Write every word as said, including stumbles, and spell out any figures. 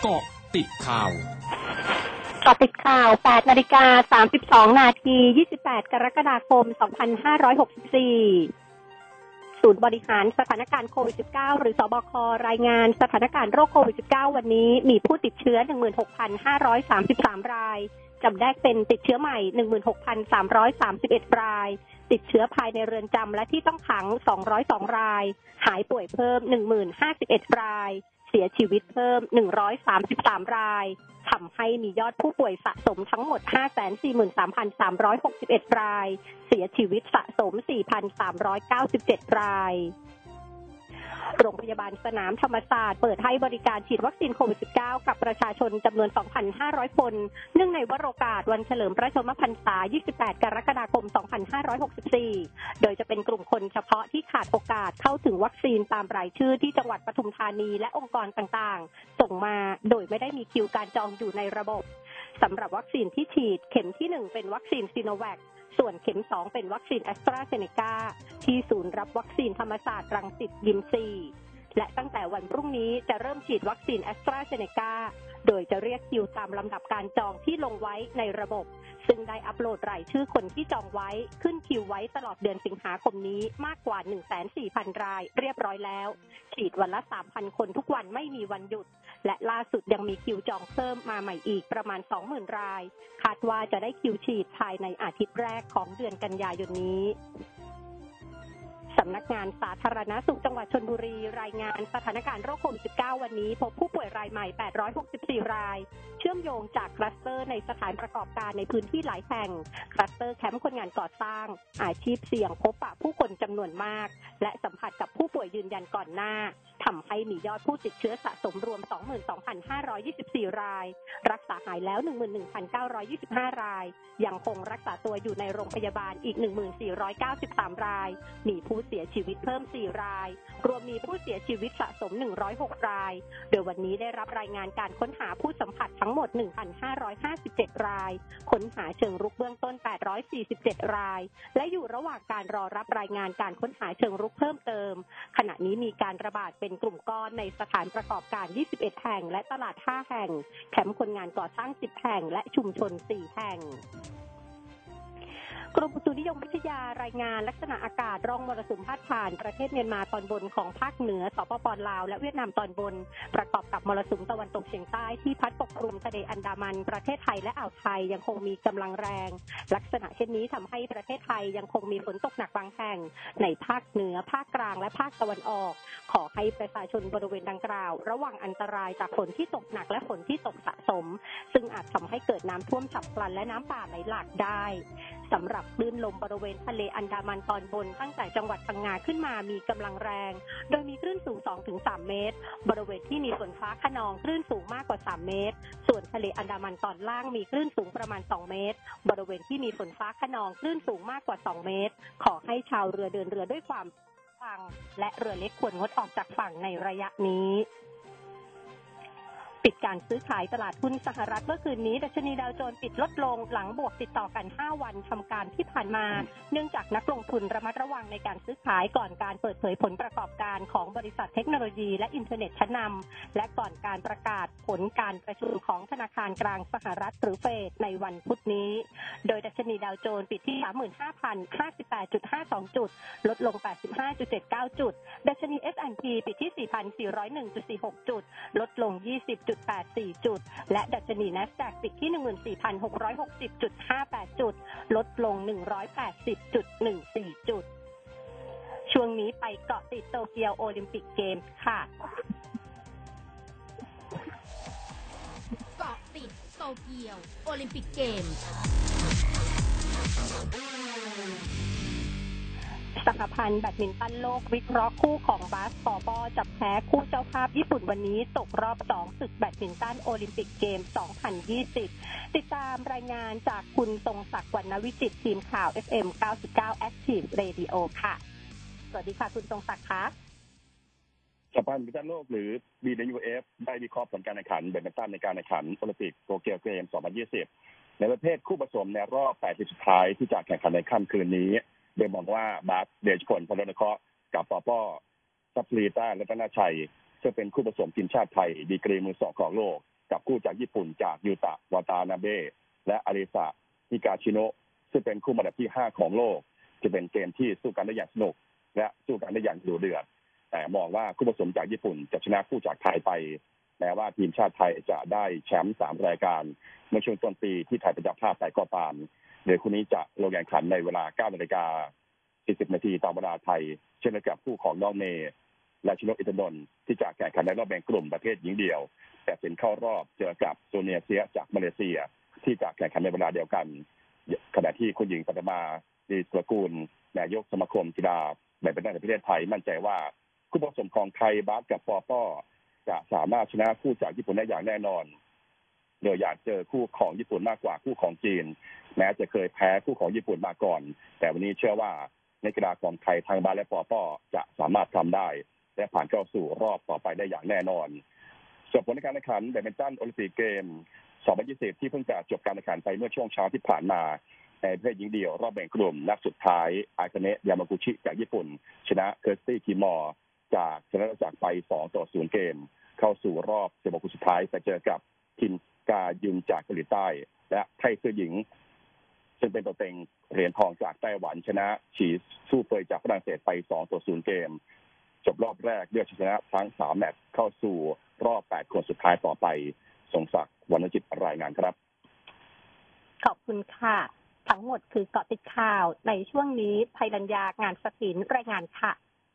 เกาะติดข่าวเกาะติดข่าว แปดนาฬิกาสามสิบสองนาที ยี่สิบแปด กรกฎาคม สองพันห้าร้อยหกสิบสี่ ศูนย์บริหารสถานการณ์โควิด สิบเก้า หรือสบครายงานสถานการณ์โรคโควิด สิบเก้า วันนี้มีผู้ติดเชื้อ หนึ่งหมื่นหกพันห้าร้อยสามสิบสาม รายจำแนกเป็นติดเชื้อใหม่ หนึ่งหมื่นหกพันสามร้อยสามสิบเอ็ด รายติดเชื้อภายในเรือนจำและที่ต้องขังสองร้อยสองรายหายป่วยเพิ่ม หนึ่งหมื่นห้าสิบเอ็ด รายเสียชีวิตเพิ่มหนึ่งร้อยสามสิบสามรายทำให้มียอดผู้ป่วยสะสมทั้งหมด ห้าแสนสี่หมื่นสามพันสามร้อยหกสิบเอ็ด รายเสียชีวิตสะสม สี่พันสามร้อยเก้าสิบเจ็ด รายโรงพยาบาลสนามธรรมศาสตร์เปิดให้บริการฉีดวัคซีนโควิด สิบเก้า กับประชาชนจำนวน สองพันห้าร้อย คนเนื่องในวโรกาสวันเฉลิมพระชนมพรรษา ยี่สิบแปด กรกฎาคม สองพันห้าร้อยหกสิบสี่ โดยจะเป็นกลุ่มคนเฉพาะที่ขาดโอกาสเข้าถึงวัคซีนตามรายชื่อที่จังหวัดปทุมธานีและองค์กรต่างๆส่งมาโดยไม่ได้มีคิวการจองอยู่ในระบบสำหรับวัคซีนที่ฉีดเข็มที่หนึ่งเป็นวัคซีนซิโนแวคส่วนเข็มสองเป็นวัคซีนแอสตราเซเนกาที่ศูนย์รับวัคซีนธรรมศาสตร์รังสิตยิมซีและตั้งแต่วันพรุ่งนี้จะเริ่มฉีดวัคซีนแอสตราเซเนกาโดยจะเรียกคิวตามลำดับการจองที่ลงไว้ในระบบซึ่งได้อัปโหลดรายชื่อคนที่จองไว้ขึ้นคิวไว้ตลอดเดือนสิงหาคมนี้มากกว่า หนึ่งแสนสี่พัน รายเรียบร้อยแล้วฉีดวันละ สามพัน คนทุกวันไม่มีวันหยุดและล่าสุดยังมีคิวจองเพิ่มมาใหม่อีกประมาณ สองหมื่น รายคาดว่าจะได้คิวฉีดภายในอาทิตย์แรกของเดือนกันยายนนี้สำนักงานสาธารณสุขจังหวัดชลบุรีรายงานสถานการณ์โรคโควิด สิบเก้า วันนี้พบผู้ป่วยรายใหม่แปดร้อยหกสิบสี่รายเชื่อมโยงจากคลัสเตอร์ในสถานประกอบการในพื้นที่หลายแห่งคลัสเตอร์แคมป์คนงานก่อสร้างอาชีพเสี่ยงพบปะผู้คนจำนวนมากและสัมผัสกับผู้ป่วยยืนยันก่อนหน้าทำให้มียอดผู้ติดเชื้อสะสมรวม สองหมื่นสองพันห้าร้อยยี่สิบสี่ รายรักษาหายแล้ว หนึ่งหมื่นหนึ่งพันเก้าร้อยยี่สิบห้า รายยังคงรักษาตัวอยู่ในโรงพยาบาลอีก หนึ่งหมื่นสี่ร้อยเก้าสิบสาม รายมีผู้เสียชีวิตเพิ่มสี่รายรวมมีผู้เสียชีวิตสะสมหนึ่งร้อยหกรายโดยวันนี้ได้รับรายงานการค้นหาผู้สัมผัสทั้งหมด หนึ่งพันห้าร้อยห้าสิบเจ็ด รายค้นหาเชิงรุกเบื้องต้นแปดร้อยสี่สิบเจ็ดรายและอยู่ระหว่างการรอรับรายงานการค้นหาเชิงรุกเพิ่มเติมขณะนี้มีการระบาดเป็นกลุ่มก้อนในสถานประกอบการยี่สิบเอ็ดแห่งและตลาดห้าแห่งแคมป์คนงานก่อสร้างสิบแห่งและชุมชนสี่แห่งกรมอุตุนิยมวิทยารายงานลักษณะอากาศร่องมรสุมพาดผ่านประเทศเมียนมาตอนบนของภาคเหนือสปป.ลาวและเวียดนามตอนบนประกอบกับมรสุมตะวันตกเฉียงใต้ที่พัดปกคลุมทะเลอันดามันประเทศไทยและอ่าวไทยยังคงมีกำลังแรงลักษณะเช่นนี้ทำให้ประเทศไทยยังคงมีฝนตกหนักบางแห่งในภาคเหนือภาคกลางและภาคตะวันออกขอให้ประชาชนบริเวณดังกล่าวระวังอันตรายจากฝนที่ตกหนักและฝนที่ตกสะสมซึ่งอาจทำให้เกิดน้ำท่วมฉับพลันและน้ำป่าไหลหลากได้สำหรับคลื่นลมบริเวณทะเลอันดามันตอนบนตั้งแต่จังหวัดพังงาขึ้นมามีกำลังแรงโดยมีคลื่นสูง สองถึงสาม เมตรบริเวณที่มีฝนฟ้าคะนองคลื่นสูงมากกว่าสามเมตรส่วนทะเลอันดามันตอนล่างมีคลื่นสูงประมาณสองเมตรบริเวณที่มีฝนฟ้าคะนองคลื่นสูงมากกว่าสองเมตรขอให้ชาวเรือเดินเรือด้วยความระวังและเรือเล็กควรงดออกจากฝั่งในระยะนี้ปิดการซื้อขายตลาดหุ้นสหรัฐเมื่อคืนนี้ดัชนีดาวโจนส์ปิดลดลงหลังบวกติดต่อกันห้าวันทำการที่ผ่านมาเนื่องจากนักลงทุนระมัดระวังในการซื้อขายก่อนการเปิดเผยผลประกอบการของบริษัทเทคโนโลยีและอินเทอร์เน็ตชั้นนำและก่อนการประกาศผลการประชุมของธนาคารกลางสหรัฐหรือเฟดในวันพุธนี้โดยดัชนีดาวโจนส์ปิดที่ สามหมื่นห้าพันห้าสิบแปดจุดห้าสอง จุดลดลง แปดสิบห้าจุดเจ็ดเก้า จุดดัชนี เอส แอนด์ พี ปิดที่ สี่พันสี่ร้อยเอ็ดจุดสี่หก จุดลดลง ยี่สิบจุดแปดสี่ จุดและดัชนี NASDAQ ปิดที่ หนึ่งหมื่นสี่พันหกร้อยหกสิบจุดห้าแปด จุดลดลง หนึ่งร้อยแปดสิบจุดหนึ่งสี่ จุดช่วงนี้ไปเกาะติดโตเกียวโอลิมปิกเกมส์ค่ะเกาะติดโตเกียวโอลิมปิกเกมส์สหพันธ์แบดมินตันโลกวิเคราะห์คู่ของบาสปอปอจับแพ้คู่เจ้าภาพญี่ปุ่นวันนี้ตกรอบสองศึกแบดมินตันโอลิมปิกเกมส์สองพันยี่สิบติดตามรายงานจากคุณทรงศักดิ์วรรณวิจิตรทีมข่าว เอฟ เอ็ม เก้าสิบเก้า Active Radio ค่ะสวัสดีค่ะคุณทรงศักดิ์คะสหพันธ์แบดมินตันโลกหรือ บี ดับเบิลยู เอฟ ได้วิเคราะห์ผลการแข่งขันแบดมินตันในการแข่งขันโอลิมปิกโตเกียวเกมส์สองพันยี่สิบในประเภทคู่ผสมในรอบแปดทีมสุดท้ายที่จะแข่งขันในค่ำคืนนี้โดยมองว่าบาสเดชพลพลนเคราะห์กับปอปอซับลีต้าและธนาชัยซึ่งเป็นคู่ผสมทีมชาติไทยดีกรีมือสองของโลกกับคู่จากญี่ปุ่นจากยูตะวาตานาเบะและอาริซาฮิกาชิโนะซึ่งเป็นคู่อันดับที่ห้าของโลกจะเป็นเกมที่สู้กันได้อย่างสนุกและสู้กันได้อย่างดุเดือดแต่มองว่าคู่ผสมจากญี่ปุ่นจะชนะคู่จากไทยไปแม้ว่าทีมชาติไทยจะได้แชมป์สามรายการเมื่อช่วงต้นปีที่ไทยเป็นเจ้าภาพไปก็ตามโดยคู่นี้จะลงแข่งขันในเวลา เก้านาฬิกาสี่สิบนาทีตามเวลาไทยเช่นเดียวกับคู่ของน้องเมย์และชิโนะอิตาดนที่จะแข่งขันในรอบแบ่งกลุ่มประเภทหญิงเดี่ยวแต่เป็นเข้ารอบเจอกับโซเนียเซียจากมาเลเซียที่จะแข่งขันในเวลาเดียวกันขณะที่คุณหญิงปฐมาดีสกุลนายกสมาคมกีฬาแบดมินตันแห่งประเทศไทยมั่นใจว่าคู่ผสมของไทยบาสกับปอปอจะสามารถชนะคู่จากญี่ปุ่นได้อย่างแน่นอนโดยอยากเจอคู่ของญี่ปุ่นมากกว่าคู่ของจีนแม้จะเคยแพ้คู่ของญี่ปุ่นมาก่อนแต่วันนี้เชื่อว่าในกีฬาของไทยทางบาสและปอปอจะสามารถทำได้และผ่านเข้าสู่รอบต่อไปได้อย่างแน่นอนส่วนผลการแข่งขันแบดมินตันโอลิมปิกเกมสองพันยี่สิบที่เพิ่งจะจบการแข่งขันไปเมื่อช่วงเช้าที่ผ่านมาในประเภทหญิงเดี่ยวรอบแบ่งกลุ่มนัดสุดท้ายอากาเนะยามากุชิจากญี่ปุ่นชนะเคิร์สตี้คิมอร์จากชนะจากไปสองต่อศูนย์เกมเข้าสู่รอบสิบหกคนสุดท้ายไปเจอกับคิมกายุนจากเกาหลีใต้และไทยเสื้อหญิงซึ่งเป็นตัวเต็งเหรียญทองจากไต้หวันชนะฉีสู้เฟยจากฝรั่งเศสไปสองต่อศูนย์เกมจบรอบแรกด้วยชนะทั้งสามแมตช์เข้าสู่รอบแปดคนสุดท้ายต่อไปทรงศักดิ์วรรณจิตรายงานครับขอบคุณค่ะทั้งหมดคือเกาะติดข่าวในช่วงนี้ภัยรัญญางานสถินรายงานค่ะ